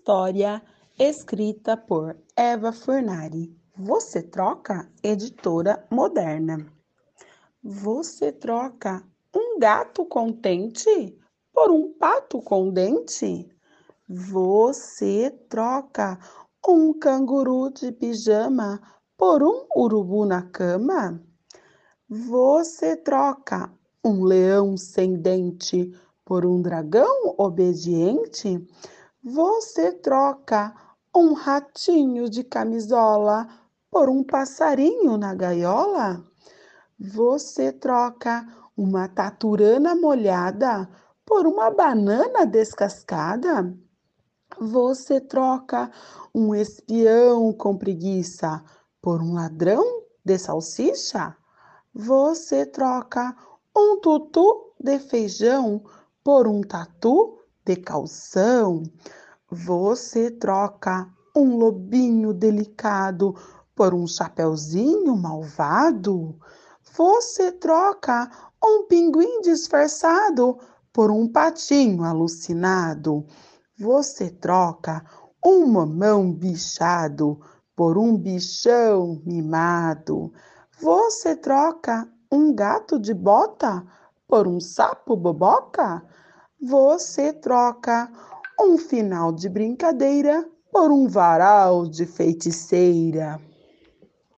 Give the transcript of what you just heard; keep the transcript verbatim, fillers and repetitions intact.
história escrita por Eva Furnari. Você troca? Editora Moderna. Você troca um gato contente por um pato com dente? Você troca um canguru de pijama por um urubu na cama? Você troca um leão sem dente por um dragão obediente? Você troca um ratinho de camisola por um passarinho na gaiola? Você troca uma taturana molhada por uma banana descascada? Você troca um espião com preguiça por um ladrão de salsicha? Você troca um tutu de feijão por um tatu de calção? Você troca um lobinho delicado por um chapeuzinho malvado? Você troca um pinguim disfarçado por um patinho alucinado? Você troca um mamão bichado por um bichão mimado? Você troca um gato de bota por um sapo boboca? Você troca um final de brincadeira por um varal de feiticeira?